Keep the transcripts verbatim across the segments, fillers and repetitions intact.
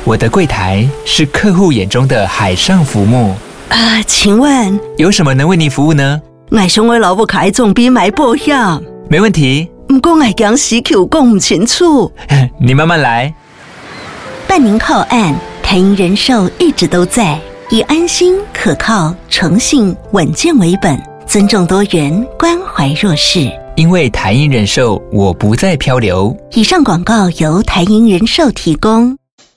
我的柜台是客户眼中的海上浮木啊、呃，请问有什么能为您服务呢？ 我想我老婆开总比买保险， 没问题。 不过我讲时口讲不清楚， 你慢慢来。 办您靠岸，台银人寿一直都在，以安心、可靠、诚信、稳健为本，尊重多元，关怀弱势。 因为台银人寿，我不再漂流。 以上广告由台银人寿提供。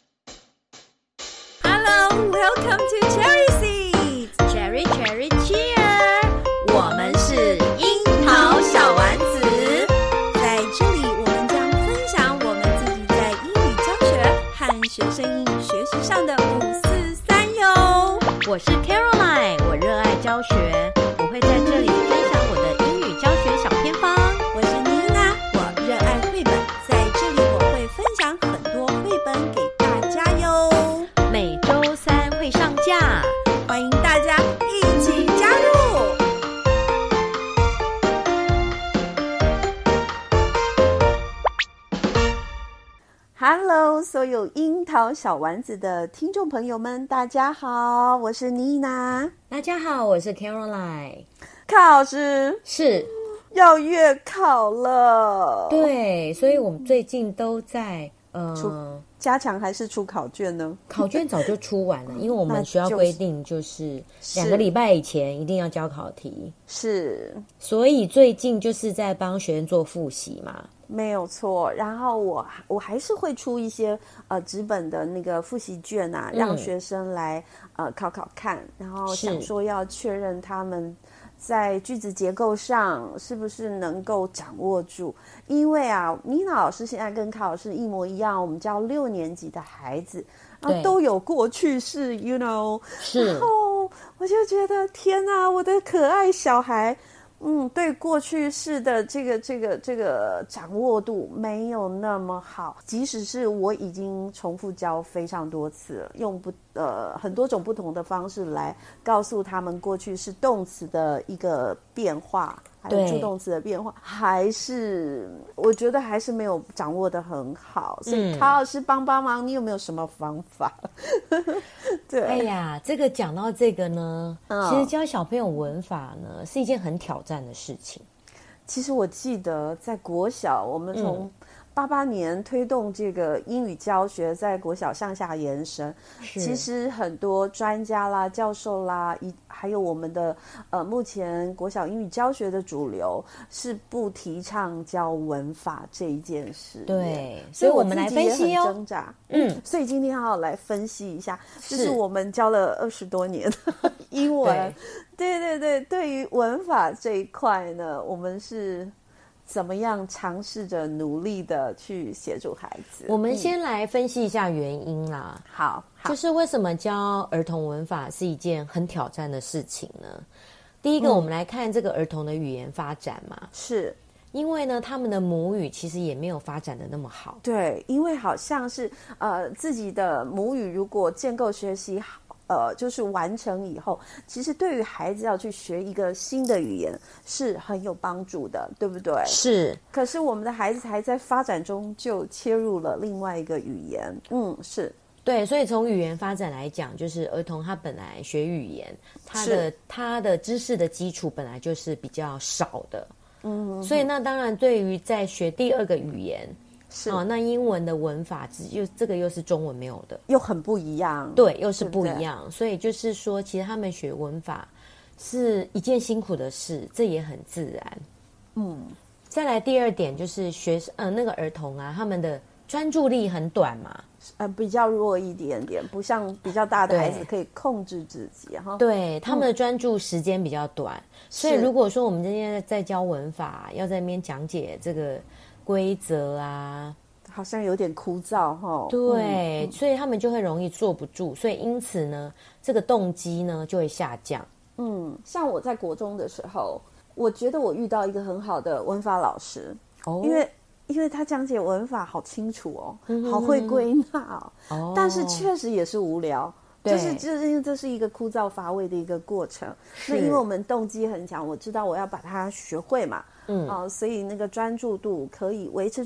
Hello, welcome to Cherry Seeds. Cherry, cherry, cheer. 我们是樱桃小丸子，在这里我们将分享我们自己在英语教学和学生英语学习上的五四三哟。我是 Caroline， 我热爱教学，我会在这里分享我的英语教学小偏方。我是妮娜，我热爱绘本，在这里我会分享很多绘本给大家哟。每周三会上架，欢迎大家一起加入。Hello， 所有樱桃小丸子的听众朋友们，大家好，我是妮娜。 大家好，我是 Caroline。 卡老师是要月考了， 对，所以我们最近都在呃加强还是出考卷呢？ 考卷早就出完了，因为我们学校规定就是两个礼拜以前一定要交考题， 是， 所以最近就是在帮学生做复习嘛。 没有错，然后我我还是会出一些呃纸本的那个复习卷啊， 嗯、 让学生来呃考考看，然后想说要确认他们在句子结构上是不是能够掌握住。因为啊，妮娜老师现在跟卡老师一模一样，我们教六年级的孩子啊都有过去式 ，you know， 是， 然后我就觉得天哪，我的可爱小孩。嗯，对过去式的这个这个这个掌握度没有那么好，即使是我已经重复教非常多次了，用不呃很多种不同的方式来告诉他们过去式动词的一个变化，还有助动词的变化，还是我觉得还是没有掌握得很好，所以卡老师帮帮忙，你有没有什么方法？对， 哎呀，这个讲到这个呢，嗯、其实教小朋友文法呢是一件很挑战的事情。 其实我记得在国小，我们从八八年推动这个英语教学，在国小向下延伸。其实很多专家啦、教授啦，还有我们的呃，目前国小英语教学的主流是不提倡教文法这一件事。 对， 所以我们来分析哦。挣扎，嗯，所以今天好好来分析一下，这是我们教了二十多年的英文。对对对，对于文法这一块呢，我们是怎么样尝试着努力的去协助孩子？ 我们先来分析一下原因啦。 嗯、好, 好， 就是为什么教儿童文法是一件很挑战的事情呢？第一个，嗯、我们来看这个儿童的语言发展嘛， 是因为呢，他们的母语其实也没有发展的那么好。 对，因为好像是呃自己的母语如果建构学习好。呃，就是完成以后，其实对于孩子要去学一个新的语言是很有帮助的，对不对？ 是。 可是我们的孩子还在发展中就切入了另外一个语言，嗯，是。 对，所以从语言发展来讲，就是儿童他本来学语言，他的他的知识的基础本来就是比较少的，嗯，所以那当然对于在学第二个语言。是哦，那英文的文法又这个又是中文没有的， 又很不一样。 对，又是不一样。所以就是说，其实他们学文法是一件辛苦的事，这也很自然。嗯，再来第二点就是学呃那个儿童啊，他们的专注力很短嘛， 呃比较弱一点点，不像比较大的孩子可以控制自己哈。 对，他们的专注时间比较短，嗯、所以如果说我们今天在教文法，要在那边讲解这个。规则啊， 好像有点枯燥哈。 对、嗯，所以他们就会容易坐不住，所以因此呢，这个动机呢就会下降。嗯， 像我在国中的时候，我觉得我遇到一个很好的文法老师，哦，因为因为他讲解文法好清楚哦，嗯、好会归纳哦，哦，但是确实也是无聊。就是就是因为这是一个枯燥乏味的一个过程，那因为我们动机很强，我知道我要把它学会嘛，嗯啊、呃，所以那个专注度可以维持住，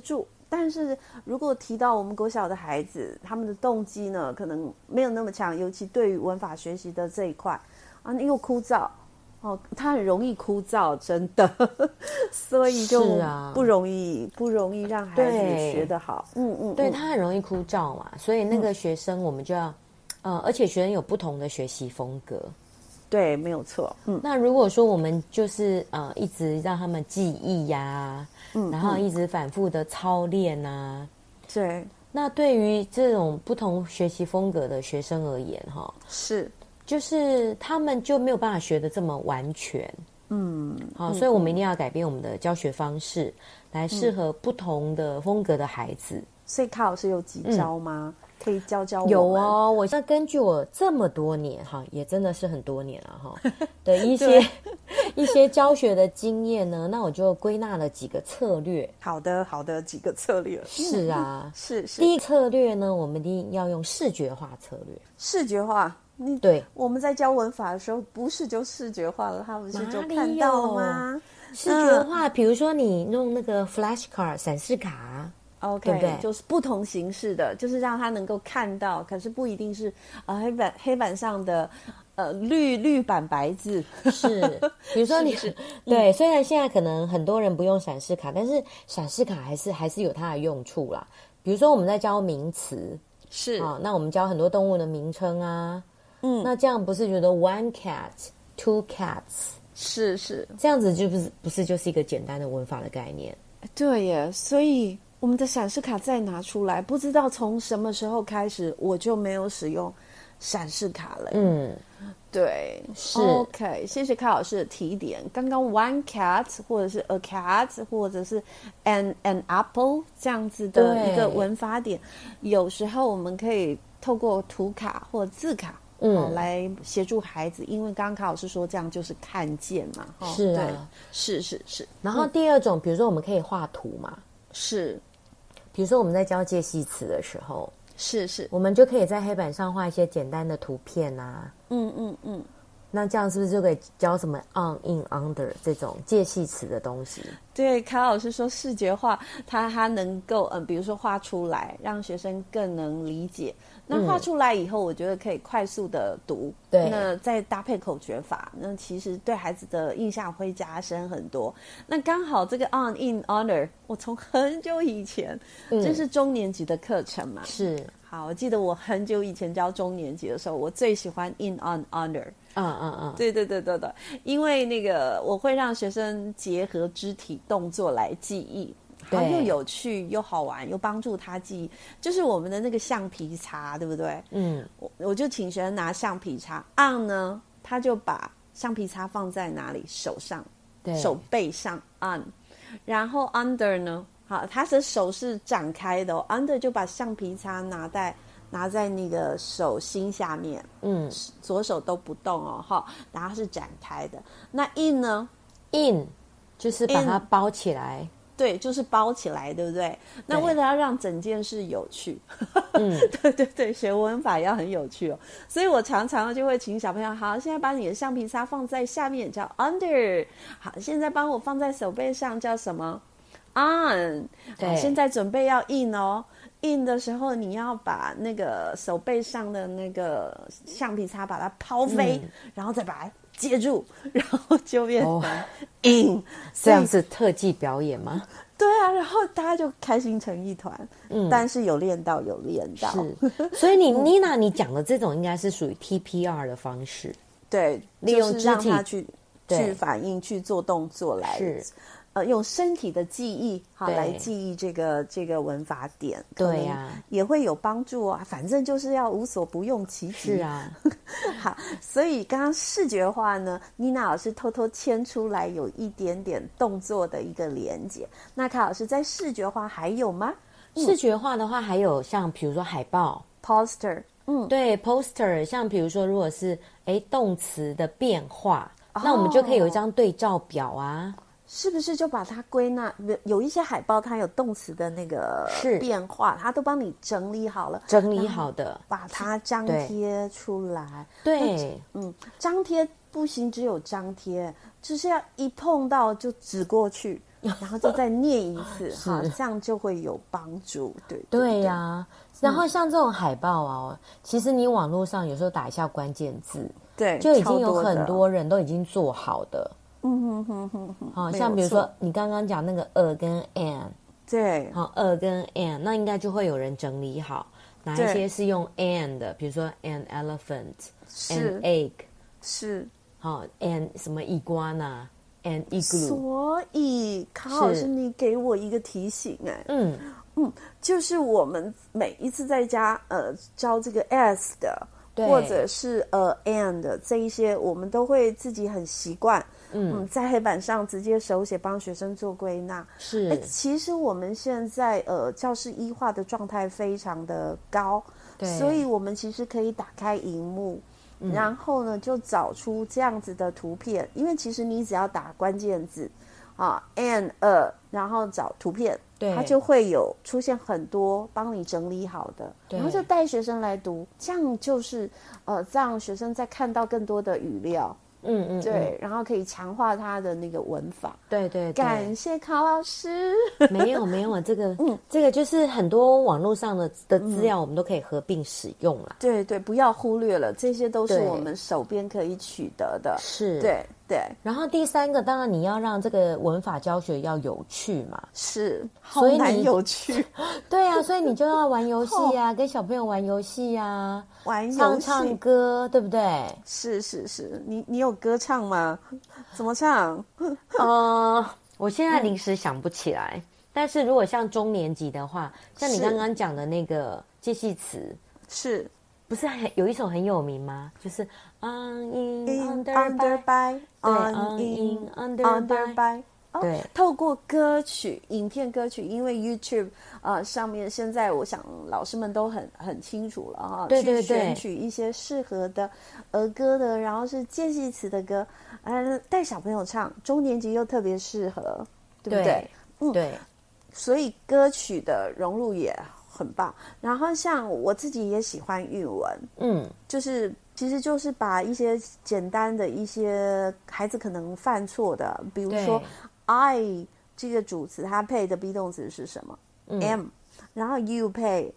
但是如果提到我们国小的孩子，他们的动机呢，可能没有那么强，尤其对于文法学习的这一块啊，又枯燥哦，他很容易枯燥，真的，所以就不容易、啊、不容易让孩子学得好。嗯嗯， 对，他很容易枯燥嘛，所以那个学生我们就要，嗯、呃，而且学生有不同的学习风格。 对，没有错。嗯， 那如果说我们就是呃一直让他们记忆呀、啊，嗯，然后一直反复的操练啊， 对。 那对于这种不同学习风格的学生而言，哈， 是， 就是他们就没有办法学得这么完全。嗯，好，所以我们一定要改变我们的教学方式，来适合不同的风格的孩子。 所以卡老师有几招吗？嗯，可以教教我们？ 有哦，我现在根据我这么多年哈，也真的是很多年了哈的一些一些教学的经验呢，那我就归纳了几个策略。 好的，好的，几个策略。 是啊， 嗯、是是。 第一策略呢，我们一定要用视觉化策略。 视觉化，你对， 我们在教文法的时候，不是就视觉化了，他不是就看到了吗？ 视觉化，嗯、比如说你用那个 flashcard 闪示卡。 OK， 对对， 就是不同形式的，就是让他能够看到，可是不一定是呃黑板黑板上的呃绿绿板白字。 是，比如说你是对，虽然现在可能很多人不用闪示卡，但是闪示卡还是还是有它的用处啦。比如说我们在教名词， 是啊，那我们教很多动物的名称啊，嗯，那这样不是觉得 one cat two cats 是是这样子，就不是不是就是一个简单的文法的概念？ 对耶，所以。我们的闪示卡再拿出来，不知道从什么时候开始，我就没有使用闪示卡了。嗯，对， 是 OK。谢谢卡老师的提点。刚刚 one cat 或者是 a cat 或者是 an an apple 这样子的一个文法点，有时候我们可以透过图卡或字卡。嗯，来协助孩子，因为刚刚卡老师说这样就是看见嘛。 是啊， 对，是是是。 然后第二种，嗯、比如说我们可以画图嘛。 是。 比如说我们在教介系词的时候， 是是， 我们就可以在黑板上画一些简单的图片啊， 嗯嗯嗯， 那这样是不是就可以教什么 on in under 这种介系词的东西？ 对，卡老师说视觉化，它它能够嗯，比如说画出来，让学生更能理解。那画出来以后，我觉得可以快速的读， 对、嗯， 那再搭配口诀法，那其实对孩子的印象会加深很多。那刚好这个 on in honor， 我从很久以前，嗯、这是中年级的课程嘛， 是。 好，我记得我很久以前教中年级的时候，我最喜欢 in on honor。 嗯嗯嗯， 对对对对对，因为那个我会让学生结合肢体动作来记忆。然后又有趣又好玩，又帮助他记忆，就是我们的那个橡皮擦，对不对？嗯，我我就请学生拿橡皮擦 on 呢，他就把橡皮擦放在哪里？手上，对，手背上 on， 然后 under 呢，好，他的手是展开的、哦、，under 就把橡皮擦拿在拿在那个手心下面，嗯，左手都不动哦，哈，然后是展开的。那 in 呢 ？in 就是把它包起来。 对，就是包起来，对不对？那为了要让整件事有趣，嗯，对对对，学文法要很有趣哦。所以我常常就会请小朋友，好，现在把你的橡皮擦放在下面，叫 under。好，现在帮我放在手背上，叫什么 on。对，现在准备要 in 哦。in 的时候，你要把那个手背上的那个橡皮擦把它抛飞，嗯、然后再把它接住，然后就变成 in，、哦、 这样是特技表演吗？ 对啊，然后大家就开心成一团。嗯，但是有练到，有练到。 是，所以你妮娜，你讲的这种应该是属于 T P R 的方式， 对， 利用肢体、 就是、让他去去反应、去做动作来。 是。 呃，用身体的记忆好来记忆这个这个文法点， 对呀、啊， 也会有帮助啊。反正就是要无所不用其极。 是啊， 好，所以刚刚视觉化呢，妮娜老师偷偷牵出来有一点点动作的一个连结。那卡老师在视觉化还有吗？ 嗯、视觉化的话，还有像比如说海报 poster， 嗯， 对 poster， 像比如说如果是哎动词的变化、哦，那我们就可以有一张对照表啊。 是不是就把它归纳？有一些海报它有动词的那个变化，它都帮你整理好了， 整理好的， 把它张贴出来。 对， 嗯，张贴不行，只有张贴，只是要一碰到就指过去。 然后就再念一次哈，这样就会有帮助。对对呀、啊。然后像这种海报啊、嗯，其实你网络上有时候打一下关键字， 对， 就已经有很多人都已经做好的。 嗯哼哼哼哼。 好、哦，像比如说你刚刚讲那个 a 跟 an， 对， 好、哦、a 跟 an， 那应该就会有人整理好哪一些是用 an 的，比如说 an elephant，an egg， 是， 好、哦、and 什么 iguana。And igloo， 所以卡老师，你给我一个提醒哎， 嗯嗯，就是我们每一次在家呃教这个 s 的，或者是呃 and 的这一些，我们都会自己很习惯，嗯，在黑板上直接手写帮学生做归纳。 是， 哎，其实我们现在呃教室一化的状态非常的高，对，所以我们其实可以打开荧幕。然后呢，就找出这样子的图片，因为其实你只要打关键字啊 ，and a， 然后找图片，对，它就会有出现很多帮你整理好的，然后就带学生来读，这样就是呃，让学生再看到更多的语料。嗯嗯，对，然后可以强化他的那个文法。 对对对， 感谢卡老师。 没有没有，这个嗯，这个就是很多网络上的的资料，我们都可以合并使用了。 对对，不要忽略了，这些都是我们手边可以取得的。 是， 对对。 然后第三个，当然你要让这个文法教学要有趣嘛。 是，好难有趣。 对啊，所以你就要玩游戏啊，跟小朋友玩游戏啊， 玩游戏， 唱唱歌，对不对？ 是是是，你你有歌唱吗？怎么唱？ 呃，我现在临时想不起来。但是如果像中年级的话，像你刚刚讲的那个介系词， 是不是很有一首很有名吗？就是 on in under by， 对 on in under by。对， 透过歌曲、影片歌曲，因为 YouTube 呃上面现在我想老师们都很很清楚了哈， 对对对， 去选取一些适合的儿歌的，然后是介系词的歌，呃，带小朋友唱，中年级又特别适合，对不对？ 嗯，对， 所以歌曲的融入也很棒。然后像我自己也喜欢韵文，嗯，就是其实就是把一些简单的一些孩子可能犯错的，比如说。I 这个主词它配的 be 动词是什么、嗯、？am， 然后 you 配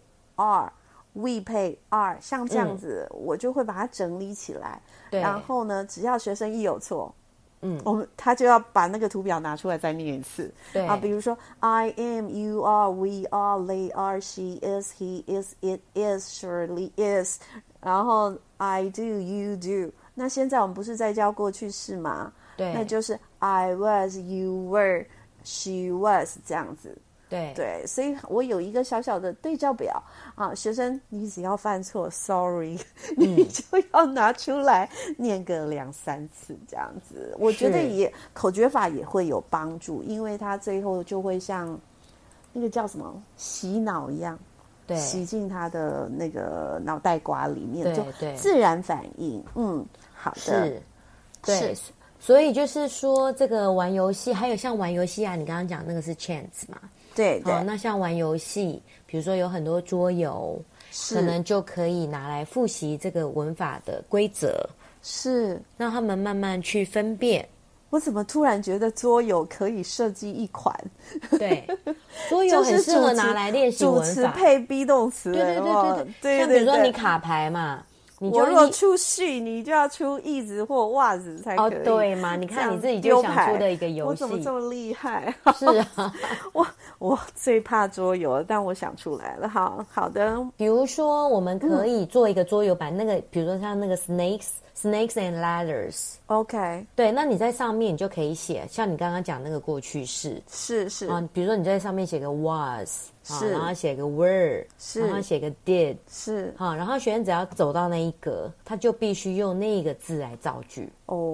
are，we 配 are， 像这样子、嗯、我就会把它整理起来。然后呢，只要学生一有错，嗯，我们他就要把那个图表拿出来再念一次。对啊，比如说 I am, you are, we are, they are, she is, he is, it is, surely is， 然后 I do, you do。那现在我们不是在教过去式吗？对，那就是 I was, you were, she was 这样子。对对，所以我有一个小小的对照表啊，学生你只要犯错 ，sorry，、嗯、你就要拿出来念个两三次这样子。我觉得也口诀法也会有帮助，因为它最后就会像那个叫什么洗脑一样。对，洗进他的那个脑袋瓜里面，就自然反应。嗯，好的， 是，对，所以就是说，这个玩游戏，还有像玩游戏啊，你刚刚讲那个是 chance 嘛？ 对对、 哦。那像玩游戏，比如说有很多桌游，可能就可以拿来复习这个文法的规则， 是让他们慢慢去分辨。 我怎么突然觉得桌游可以设计一款？ 对，桌游很适合拿来练习文法， 主词配 be 动词。 对对对对对，像比如说你卡牌嘛，你就我若出序，你就要出椅子或袜子才可以。 哦，对嘛？你看你自己就想出的一个游戏， 我怎么这么厉害？ 是啊， 我我最怕桌游，但我想出来了。好好的， 比如说我们可以做一个桌游版，嗯、那个比如说像那个 snakes。Snakes and ladders，OK， 对，那你在上面你就可以写，像你刚刚讲那个过去式， 是是啊，比如说你在上面写个 was， 是，然后写个 were， 是，然后写个 did， 是， 好，然后学生只要走到那一格，他就必须用那个字来造句。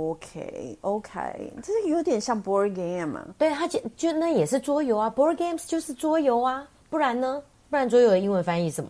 OK OK， 这是有点像 board game 啊。 对，它就就那也是桌游啊 ，board games 就是桌游啊，不然呢？不然桌游的英文翻译什么？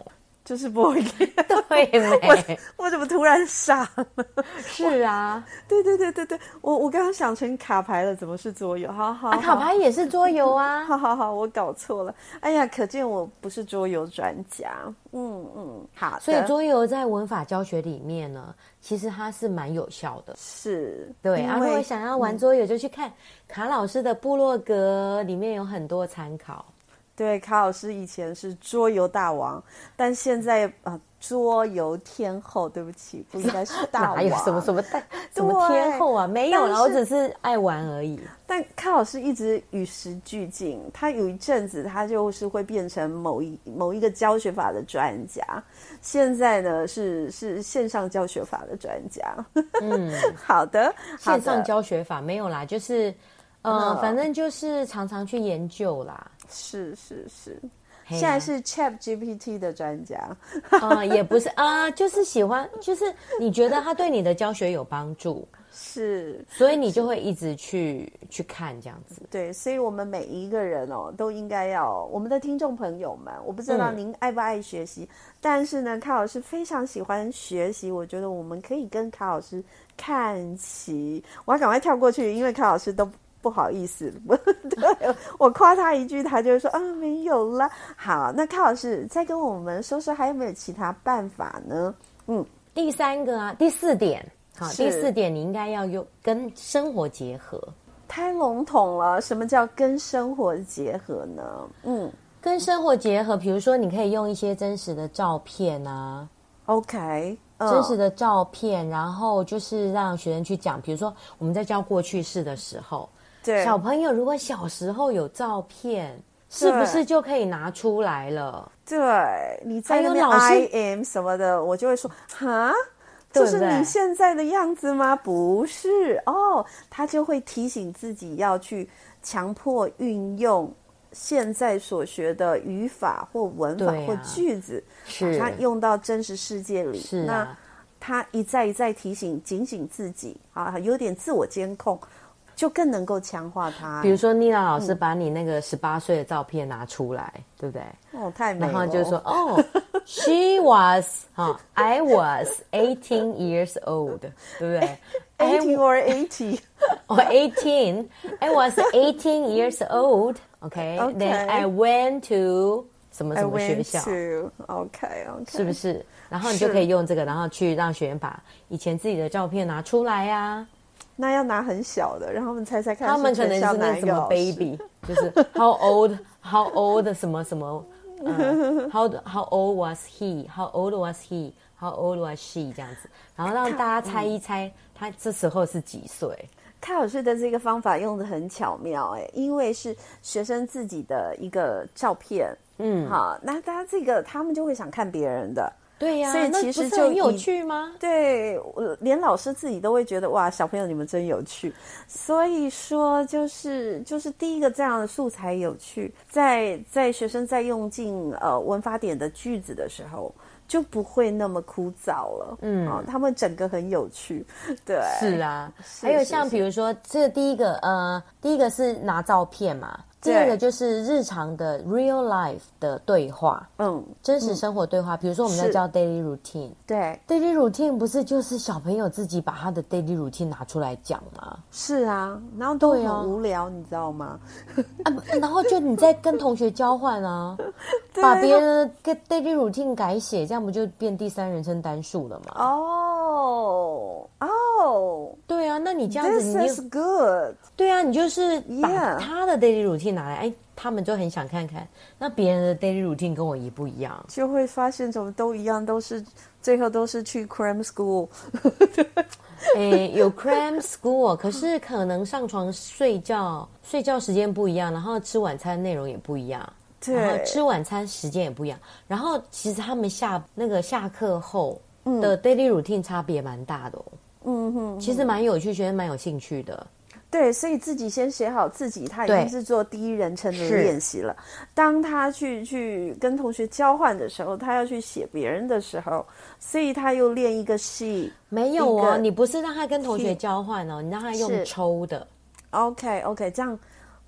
就是波音。 对没？ 我我怎么突然傻了？ 是啊， 对对对对对，我我刚刚想成卡牌了，怎么是桌游？好好好、 啊，卡牌也是桌游啊。 好好好，我搞错了。哎呀，可见我不是桌游专家。嗯嗯，好的。 所以桌游在文法教学里面呢，其实它是蛮有效的。 是， 对啊，如果想要玩桌游，就去看卡老师的部落格，里面有很多参考。 对，卡老师以前是桌游大王，但现在啊、呃，桌游天后。对不起，不应该是大王。 哪有什么什么大什么天后啊？没有啦，我只是爱玩而已。 但卡老师一直与时俱进，他有一阵子他就是会变成某一某一个教学法的专家，现在呢是是线上教学法的专家。嗯，好的，好的线上教学法没有啦，就是呃、嗯，反正就是常常去研究啦。 是是是，现在是 Chat G P T 的专家。 呃，也不是啊、呃，就是喜欢，就是你觉得他对你的教学有帮助， 是， 所以你就会一直去去看这样子。 对，所以我们每一个人哦，都应该要，我们的听众朋友们，我不知道您爱不爱学习，嗯、但是呢，卡老师非常喜欢学习，我觉得我们可以跟卡老师看齐。我要赶快跳过去，因为卡老师都不好意思，对，我夸他一句，他就会说啊没有啦。好，那卡老师再跟我们说说还有没有其他办法呢？嗯， 第三个啊，第四点，好，第四点你应该要用跟生活结合。 太笼统了，什么叫跟生活结合呢？嗯， 跟生活结合，比如说你可以用一些真实的照片啊 ，OK。 真实的照片，然后就是让学生去讲，比如说我们在教过去式的时候， 对， 小朋友如果小时候有照片，是不是就可以拿出来了？ 对，你在那边 I am 什么的，我就会说哈，这是你现在的样子吗？不是哦，他就会提醒自己要去强迫运用现在所学的语法或文法或句子，把它用到真实世界里。 是啊， 那他一再一再提醒、警醒自己啊，有点自我监控，就更能够强化它。 比如说，妮娜老师把你那个十八岁的照片拿出来，嗯、对不对？ 哦，太美了。 然后就说，哦 ，She was 哈 ，I was eighteen years old， 对不对 ？eighteen or eighty or eighteen. I was eighteen years old. Okay. Okay. Then I went to 什么什么学校 ？OK OK， 是不是？然后你就可以用这个，然后去让学员把以前自己的照片拿出来啊。 那要拿很小的，让他们猜猜看。 他们可能是那什么 baby， 就是 how old how old 什么什么。Uh, how how old was he? How old was he? How old was she? 这样子，然后让大家猜一猜，他这时候是几岁？ 卡老师的这个方法用得很巧妙，哎，因为是学生自己的一个照片，嗯，好，那大家这个他们就会想看别人的。 对呀、啊， 所以其实就很有趣吗？ 对，连老师自己都会觉得哇，小朋友你们真有趣。所以说，就是就是第一个这样的素材有趣，在在学生在用进呃文法典的句子的时候，就不会那么枯燥了。嗯，哦、他们整个很有趣。对， 是啊，是还有像比如说，这个第一个呃，第一个是拿照片嘛。第二个就是日常的 real life 的对话，嗯，真实生活对话。比如说我们在教 daily routine， 对 ，daily routine 不是就是小朋友自己把他的 daily routine 拿出来讲吗？ 是啊，然后都很无聊，啊、你知道吗？ 啊，然后就你在跟同学交换啊，把别人的 daily routine 改写，这样不就变第三人称单数了吗？ 哦哦， 对啊，那你这样子你 ，This is good。 对啊，你就是把他的 daily routine 拿来，哎，他们就很想看看，那别人的 daily routine 跟我一不一样， 就会发现怎么都一样，都是最后都是去 cram school。 哎，有 cram school， 可是可能上床睡觉，睡觉时间不一样，然后吃晚餐内容也不一样。 对， 然后吃晚餐时间也不一样，然后其实他们下那个下课后的 daily routine 差别蛮大的哦。嗯哼，其实蛮有趣，学生蛮有兴趣的。 对，所以自己先写好自己，他已经是做第一人称的练习了。当他去去跟同学交换的时候，他要去写别人的时候，所以他又练一个 she。 没有哦，你不是让他跟同学交换哦，你让他用抽的。 OK OK， 这样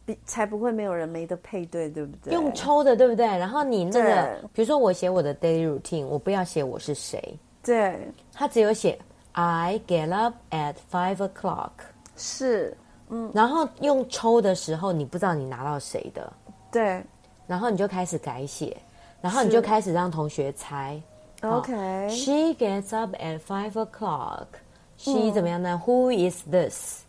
才不会没有人没得配对，对不对？ 用抽的，对不对？然后你那个，比如说我写我的 daily routine， 我不要写我是谁， 对， 他只有写 I get up at five o'clock， 是，嗯， 然后用抽的时候，你不知道你拿到谁的， 对， 然后你就开始改写，然后你就开始让同学猜。 OK， She gets up at five o'clock. She、嗯、怎么样呢 ？Who is this?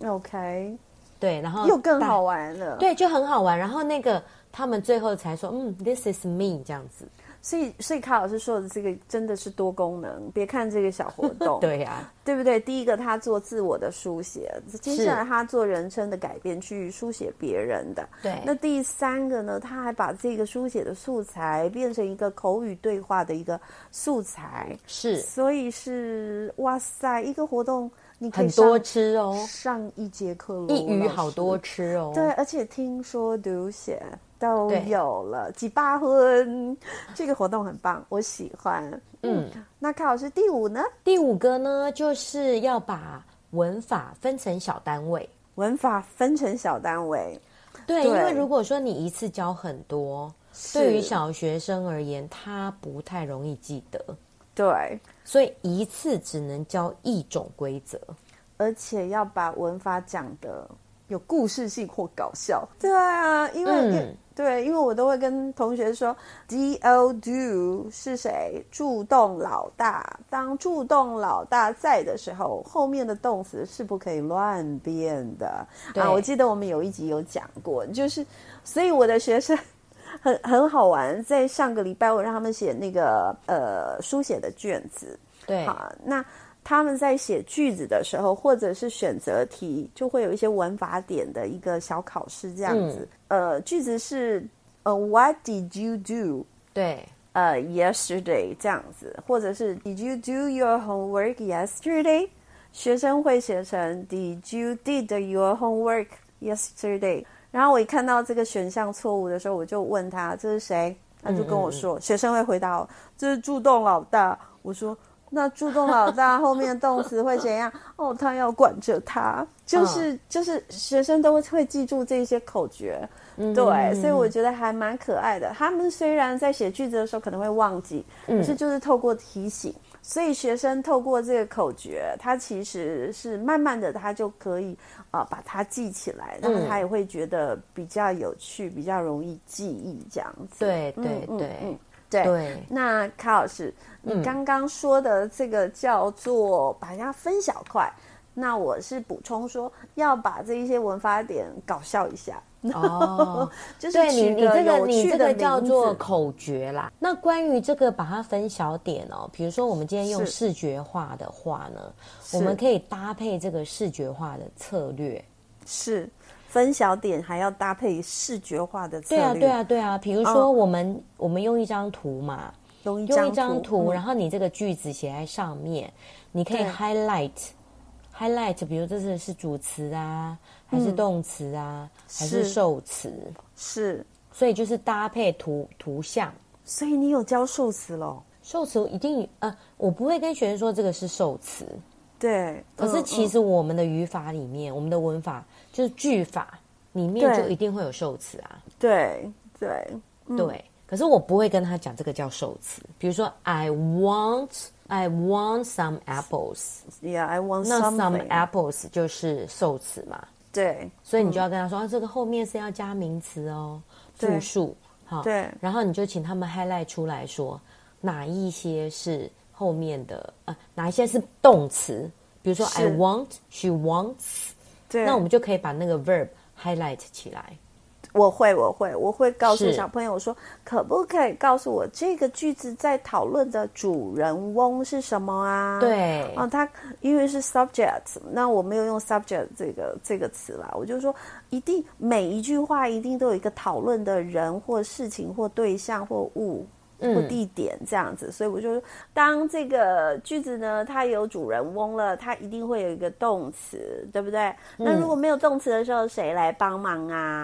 OK， 对，然后又更好玩了。 对，就很好玩。然后那个他们最后才说，嗯 ，This is me 这样子。 所以，所以卡老师说的这个真的是多功能。别看这个小活动， 对呀、啊， 对不对？第一个，他做自我的书写；接下来，他做人称的改变，去书写别人的。 对。 那第三个呢？他还把这个书写的素材变成一个口语对话的一个素材。 是。 所以是哇塞，一个活动你可以很多吃哦， 上一节课喽， 一鱼好多吃哦。 对，而且听说读写都有了，几八分，这个活动很棒，我喜欢。嗯，那卡老师第五呢？ 第五个呢，就是要把文法分成小单位。 文法分成小单位， 对，因为如果说你一次教很多，对于小学生而言，他不太容易记得。 对， 所以一次只能教一种规则， 而且要把文法讲的有故事性或搞笑。对啊，因为、嗯、对，因为我都会跟同学说 D O do 是谁？助动老大。当助动老大在的时候，后面的动词是不可以乱变的啊。我记得我们有一集有讲过，就是所以我的学生很很好玩，在上个礼拜我让他们写那个呃书写的卷子， 对， 好，那他们在写句子的时候，或者是选择题，就会有一些文法点的一个小考试这样子。嗯、呃，句子是呃 What did you do？ 对， 呃 yesterday 这样子，或者是 Did you do your homework yesterday？ 学生会写成 Did you did your homework yesterday？然后我一看到这个选项错误的时候，我就问他这是谁，他就跟我说，嗯嗯学生会回答这是助动老大。我说那助动老大后面动词会怎样？哦，他要管着他，就是、嗯、就是学生都会记住这些口诀，嗯、对、嗯，所以我觉得还蛮可爱的。他们虽然在写句子的时候可能会忘记，可是就是透过提醒。所以学生透过这个口诀，他其实是慢慢的他就可以、呃、把它记起来，然后他也会觉得比较有趣，比较容易记忆这样子。 对对对、嗯嗯、 对, 对。 那卡老师，你刚刚说的这个叫做把它分小块、嗯，那我是补充说要把这一些文法点搞笑一下。 哦， 就是对你，你这个你这个叫做口诀啦。那关于这个把它分小点哦，比如说我们今天用视觉化的话呢，我们可以搭配这个视觉化的策略。 是分小点还要搭配视觉化的策略。 对啊，对啊，对啊。比如说我们、哦、我们用一张图嘛， 用一张图， 用一张图、嗯，然后你这个句子写在上面，你可以 highlight。highlight， 比如这是是主词啊，还是动词啊，嗯、还是受词？ 是， 所以就是搭配图图像。 所以你有教受词咯？ 受词一定呃，我不会跟学生说这个是受词。 对。 可是其实我们的语法里面，嗯、我们的文法就是句法里面就一定会有受词啊。 对对、 嗯、对。可是我不会跟他讲这个叫受词，比如说 I want。I want some apples. Yeah, I want something. 那 some apples 就是受词嘛。 对， 所以你就要跟他说、嗯啊、这个后面是要加名词哦，复数。好， 对。 然后你就请他们 highlight 出来说哪一些是后面的呃，哪一些是动词，比如说 I want, she wants。对。那我们就可以把那个 verb highlight 起来。 我会我会我会告诉小朋友说，可不可以告诉我这个句子在讨论的主人翁是什么啊？ 对， 哦，他因为是 subject， 那我没有用 subject 这个这个词啦，我就说一定每一句话一定都有一个讨论的人或事情或对象或物或地点这样子、嗯、所以我就当这个句子呢它有主人翁了，它一定会有一个动词，对不对、嗯、那如果没有动词的时候谁来帮忙啊？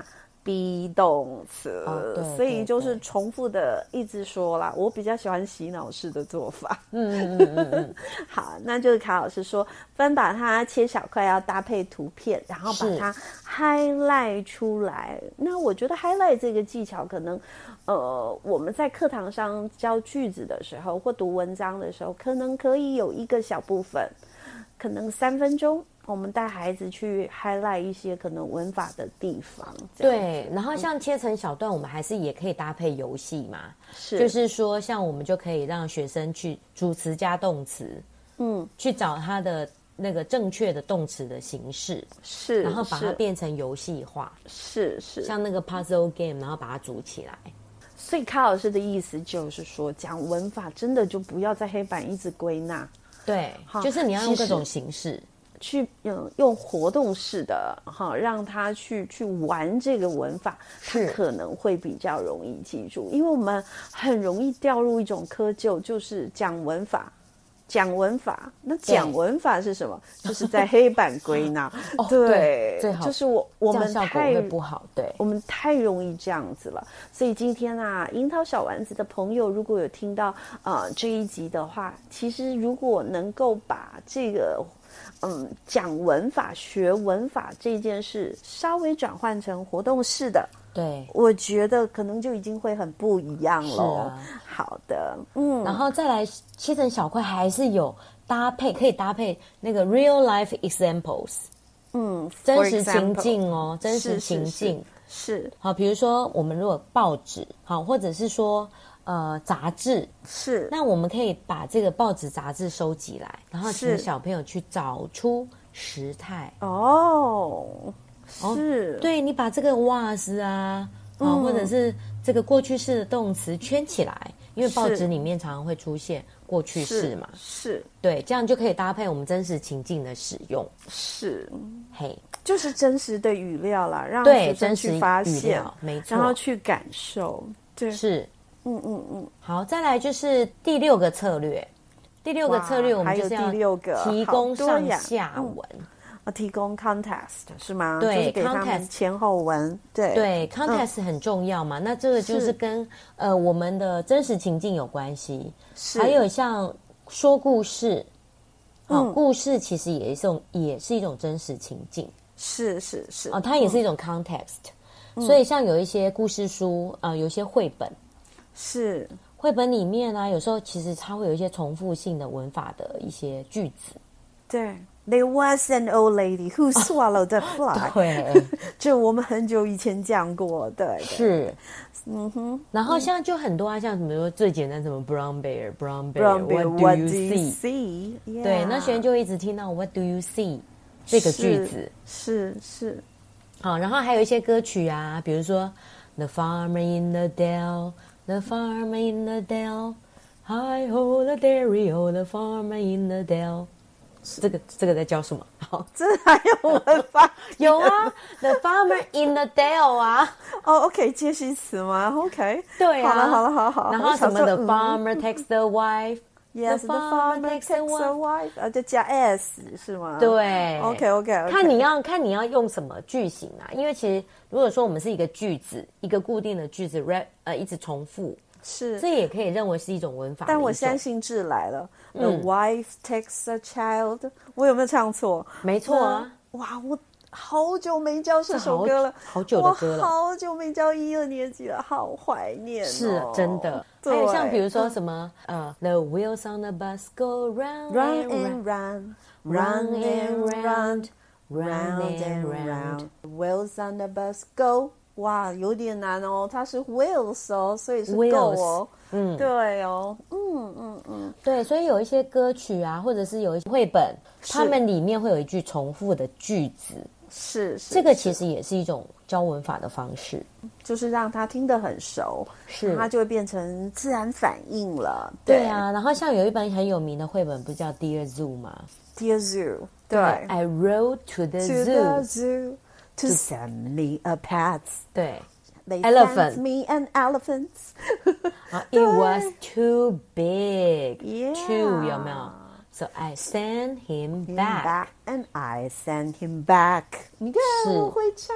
be 动词， 哦对所以就是对重复的一直说啦。我比较喜欢洗脑式的做法。 嗯嗯嗯嗯嗯， 好，那就是卡老师说，分把它切小块，要搭配图片，然后把是它 highlight 出来。那我觉得 highlight 这个技巧，可能呃我们在课堂上教句子的时候，或读文章的时候，可能可以有一个小部分，可能三分钟。我们带孩子去 highlight 一些可能文法的地方， 对，然后像切成小段，我们还是也可以搭配游戏嘛， 是， 就是说，像我们就可以让学生去主词加动词， 嗯， 去找它的那个正确的动词的形式， 是， 然后把它是变成游戏化， 是是， 像那个 puzzle game，然后把它组起来。 所以卡老师的意思就是说，讲文法真的就不要在黑板一直归纳， 对， 好就是你要用其实各种形式。 去用用活动式的哈，让他去去玩这个文法，他是可能会比较容易记住，因为我们很容易掉入一种窠臼，就是讲文法。讲文法，那讲文法是什么？就是在黑板归纳。 哦对， 对最好就是我我们这样效果太会不好，对， 我们太容易这样子了。所以今天啊，樱桃小丸子的朋友，如果有听到呃这一集的话，其实如果能够把这个嗯讲文法、学文法这件事稍微转换成活动式的。 对， 我觉得可能就已经会很不一样了。 是啊， 好的，嗯， 然后再来切成小块，还是有搭配，可以搭配那个 real life examples， 嗯， 真实 for 情 example 境哦，真实是情境。 是是好，比如说我们如果报纸，好，或者是说呃杂志， 是， 那我们可以把这个报纸、杂志收集来，然后请是小朋友去找出时态。 哦， 哦是， 对，你把这个 was 啊，啊、 嗯或者是这个过去式的动词圈起来，因为报是纸里面常常会出现过去式嘛， 是对，这样就可以搭配我们真实情境的使用。 是， 嘿， 就是真实的语料啦，让对， 学生真实去发语现料，，没错， 然后去感受，对， 是， 嗯嗯嗯， 好，再来就是第六个策略。第六个哇策略，我们还有就是要第六个提供上好多呀嗯下文。 啊，提供 context 是吗？ 对就是给他们 context 前后文，对对 context 很重要嘛，那这个就是是跟呃我们的真实情境有关系。 是还有像说故事，好、 嗯故事其实也是一种也是一种真实情境是是是哦，它也是一种 context、所以像有一些故事书，呃，有一些绘本， 是绘本里面呢、有时候其实它会有一些重复性的文法的一些句子。 对。There was an old lady who swallowed a fly。 对， 这我们很久以前讲过，对，对是， 嗯哼。 然后像就很多啊，像比如说最简单什么 brown bear brown bear Brown bear, what what do you do you see？ see？ 对，那 Yeah 学员就会一直听到 what do you see 这个句子。 是是是， 好，然后还有一些歌曲啊，比如说 The farmer in the dell, the farmer in the dell, hi ho the dairy o, the farmer in the dell。这个这个在教什么？好， 这还有文法有啊，The farmer in the dell 啊， 哦，OK， 介系词吗 ？OK， 对啊， 好了好了好了好了， 然后什么我想说 The farmer takes the wife。 Yes, the farmer takes a wife， 啊，就加 s 是吗？ 对 ，OK OK， 看你要看你要用什么句型啊，因为其实如果说我们是一个句子，一个固定的句子 rap 呃一直重复， 是， 这也可以认为是一种文法的一种。 但我相信智来了。 嗯 The wife takes a child， 我有没有唱错？ 没错啊。 哇，我好久没教这首歌了， 好久的歌了， 我好久没教一二年级了，好怀念哦。 是真的。还有像比如说什么呃 ，The wheels on the bus go round Run and and run, run run and and round, run, round round and and round. round. Wheels on the bus go， 哇，有点难哦，它是 wheels 哦，所以是 go 哦。 嗯， 对哦，嗯嗯嗯， 对，所以有一些歌曲啊，或者是有一些绘本，他们里面会有一句重复的句子。 是是， 这个其实也是一种教文法的方式， 就是让他听得很熟， 是他就会变成自然反应了。 对啊，然后像有一本很有名的绘本，不是叫 Dear Zoo 吗 Dear Zoo， 对 I rode to the To the zoo， zoo to send me a pet。 对 They Elephant sent me an elephant 啊 ，It was too big， Yeah too 有没有 ？So I sent him back。 back and I sent him back。你看是我会唱哎，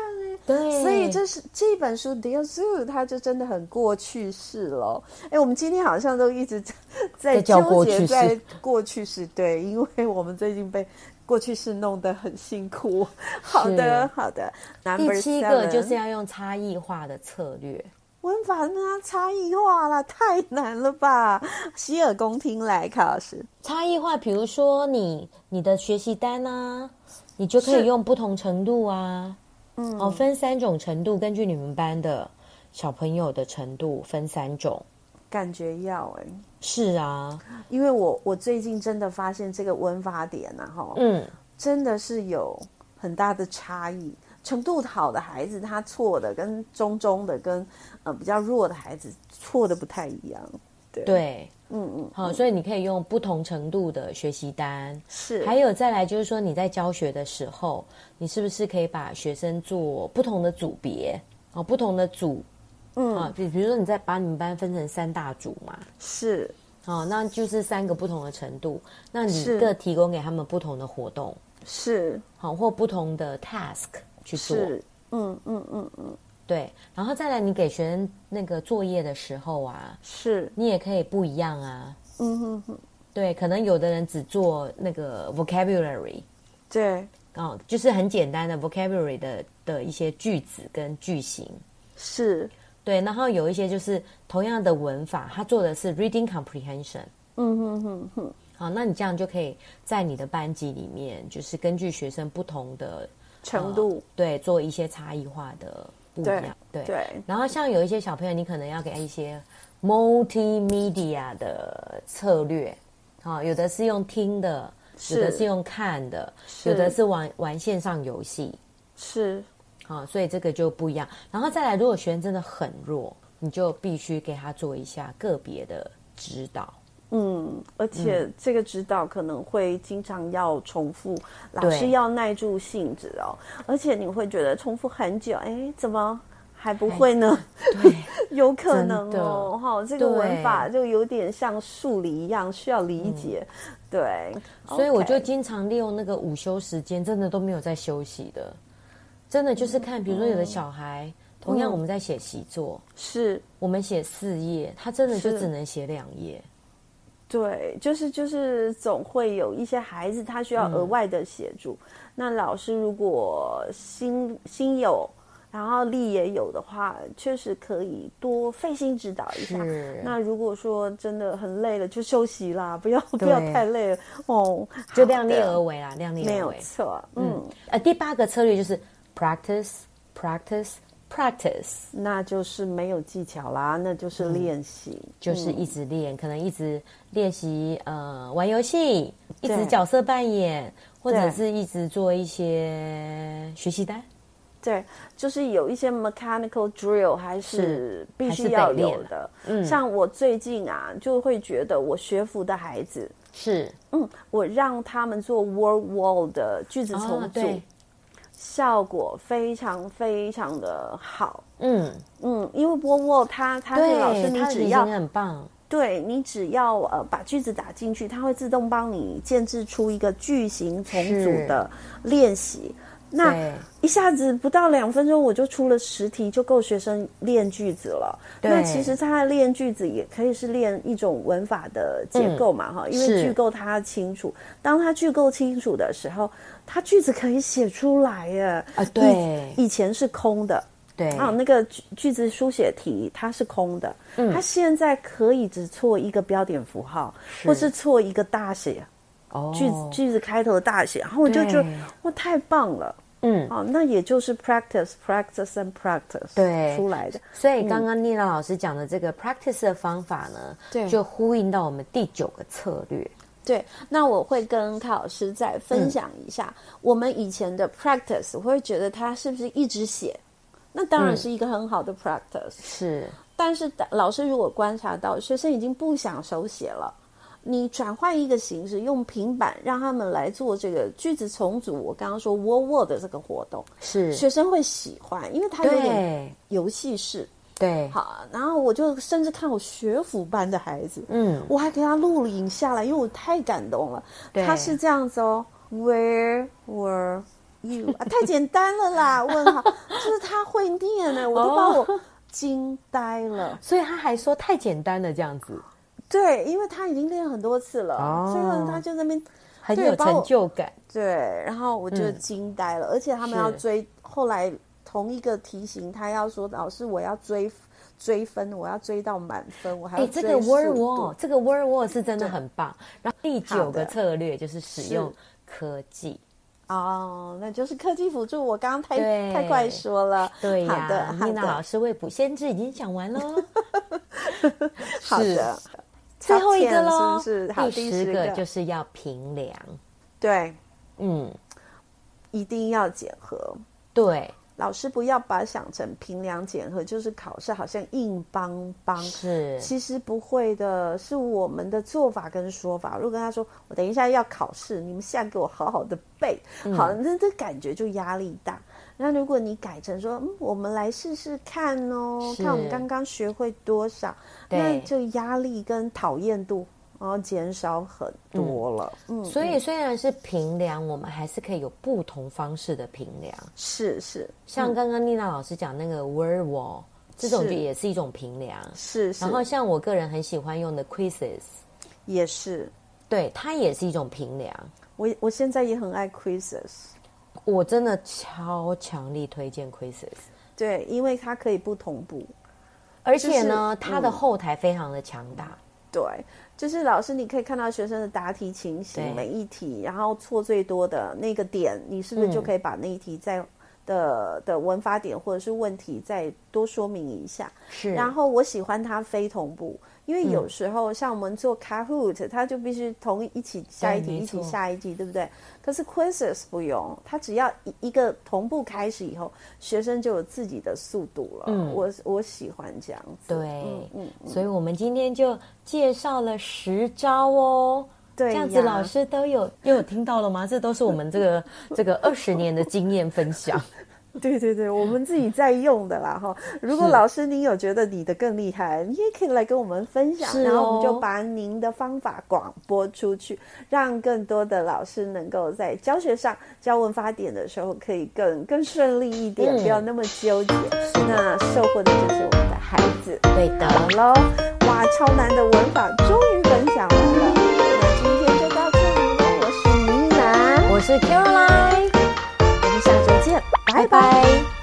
对， 所以这是这本书 Dear Sue 它就真的很过去式了。哎，我们今天好像都一直在纠结在过去式，对，因为我们最近被过去式弄得很辛苦。好的好的， 第七个就是要用差异化的策略。 文法那差异化啦，太难了吧？洗耳恭听来，卡老师。 差异化，比如说你你的学习单啊，你就可以用不同程度啊，嗯，哦，分三种程度，根据你们班的小朋友的程度分三种。 感觉要哎、欸， 是啊， 因为我我最近真的发现这个文法点啊，哈，嗯，真的是有很大的差异。程度好的孩子，他错的跟中中的跟呃比较弱的孩子错的不太一样。对， 对， 嗯嗯， 好，所以你可以用不同程度的学习单。 是， 还有再来就是说你在教学的时候，你是不是可以把学生做不同的组别哦，不同的组，嗯啊，比比如说你再把你们班分成三大组嘛， 是， 哦，那就是三个不同的程度，那你各提供给他们不同的活动， 是， 好，或不同的 task。去做， 嗯嗯嗯嗯， 对，然后再来，你给学生那个作业的时候啊， 是你也可以不一样啊， 嗯哼哼， 对，可能有的人只做那个 vocabulary， 对， 哦，就是很简单的 vocabulary 的的一些句子跟句型， 是， 对，然后有一些就是同样的文法，他做的是 reading comprehension， 嗯哼哼哼， 好，那你这样就可以在你的班级里面，就是根据学生不同的程度、呃， 对，做一些差异化的不一样，对对, 对。 然后像有一些小朋友，你可能要给他一些 multimedia 的策略，啊、哦，有的是用听的，有的是用看的，有的是玩玩线上游戏， 是， 啊、哦，所以这个就不一样。然后再来，如果学生真的很弱，你就必须给他做一下个别的指导。 嗯，而且这个指导可能会经常要重复，老师要耐住性子哦。而且你会觉得重复很久，哎，怎么还不会呢？ 对， 有可能哦。哈，这个文法就有点像数理一样，需要理解。嗯、对， 所以我就经常利用那个午休时间，真的都没有在休息的，真的就是看，比如说有的小孩，嗯、同样我们在写习作， 是我们写四页，他真的就只能写两页。 对，就是就是总会有一些孩子他需要额外的协助，嗯、那老师如果心心有，然后力也有的话，确实可以多费心指导一下。那如果说真的很累了，就休息啦，不要不要太累了哦， 就量力而为啦，量力而为， 没有错。嗯， 呃，第八个策略就是 practice practice practice， 那就是没有技巧啦，那就是练习， 嗯、就是一直练，嗯、可能一直练习呃玩游戏，一直角色扮演，或者是一直做一些学习单。 对，就是有一些 mechanical drill 还是必须要有的。嗯，像我最近啊，就会觉得我学辅的孩子是， 嗯，我让他们做 word wall 的句子重组。哦，效果非常非常的好，嗯嗯，因为波波他他是老师，你只要很棒， 对你只要呃把句子打进去，它会自动帮你建制出一个句型重组的练习。那一下子不到两分钟，我就出了十题，就够学生练句子了。那其实他练句子也可以是练一种文法的结构嘛，哈、嗯，因为句构他清楚，当他句构清楚的时候，他句子可以写出来耶。 啊，对， 以前是空的， 对啊，那个句句子书写题它是空的，嗯，他现在可以只错一个标点符号，是或是错一个大写，哦，句子句子开头的大写，然后我就觉得哇，太棒了。嗯，好、哦，那也就是 practice, practice and practice 对出来的。 所以刚刚妮娜老师讲的这个 practice 的方法呢，对，就呼应到我们第九个策略。 对，那我会跟卡老师再分享一下、嗯、我们以前的 practice， 我会觉得他是不是一直写？那当然是一个很好的 practice，、嗯、 是。 但是老师如果观察到学生已经不想手写了，你转换一个形式，用平板让他们来做这个句子重组。我刚刚说 word word 的这个活动，是学生会喜欢，因为它有点游戏式。 对， 好，然后我就甚至看我学辅班的孩子，嗯，我还给他录影下来，因为我太感动了。他是这样子哦 ，Where were you 啊，太简单了啦，问号，就是他会念呢，我都把我惊呆了。 所以他还说太简单了这样子。 对，因为他已经练很多次了，哦、所以他就在那边很有成就感。 对，然后我就惊呆了，嗯、而且他们要追，后来同一个题型，他要说老师我要追追分，我要追到满分，我还要追速度。哎，这个 word wall， 这个 word wall 是真的很棒。然后第九个策略就是使用科技。 哦，那就是科技辅助。我刚刚太太快说了。 对呀、 啊，好的， 妮娜老师未卜先知已经讲完了。 好的。 最后一个咯， 是不是？ 第十个就是要评量。 对， 嗯， 一定要检核。 对， 老师不要把想成评量检核就是考试，好像硬邦邦。 是， 其实不会的，是我们的做法跟说法。如果跟他说，我等一下要考试，你们现在给我好好的背，嗯、好，那这感觉就压力大。那如果你改成说，嗯，我们来试试看哦，看我们刚刚学会多少，那就压力跟讨厌度然后减少很多了。嗯， 嗯所以虽然是评量，我们还是可以有不同方式的评量。 是是， 像刚刚妮娜老师讲那个 word wall， 这种就也是一种评量。 是是。 然后像我个人很喜欢用的 quizzes， 也是， 对，它也是一种评量。 我我现在也很爱 quizzes。 我真的超强力推荐 quizzes， 对，因为它可以不同步， 而且呢，就是、它的后台非常的强大。 嗯、对，就是老师你可以看到学生的答题情形，每一题，然后错最多的那个点，你是不是就可以把那一题再的的文法点或者是问题再多说明一下？ 是。 然后我喜欢它非同步。因为有时候像我们做 Kahoot， 它就必须同一起下一题，一起下一题，对不对？可是 Quizzes 不用，它只要一个同步开始以后，学生就有自己的速度了。嗯，我我喜欢这样子。 对，嗯嗯嗯，所以我们今天就介绍了十招哦。 对， 这样子老师都有又有听到了吗？这都是我们这个这个二十年的经验分享。 对对对，我们自己在用的啦哈。如果老师您有觉得你的更厉害，你也可以来跟我们分享， 哦、 然后我们就把您的方法广播出去，让更多的老师能够在教学上教文法点的时候可以更更顺利一点，嗯、不要那么纠结。那受惠的就是我们的孩子。 对的喽，哇，超难的文法终于分享完了。那今天就到这里喽，我是妮娜， 我是 Caroline。 我们下周见，拜拜。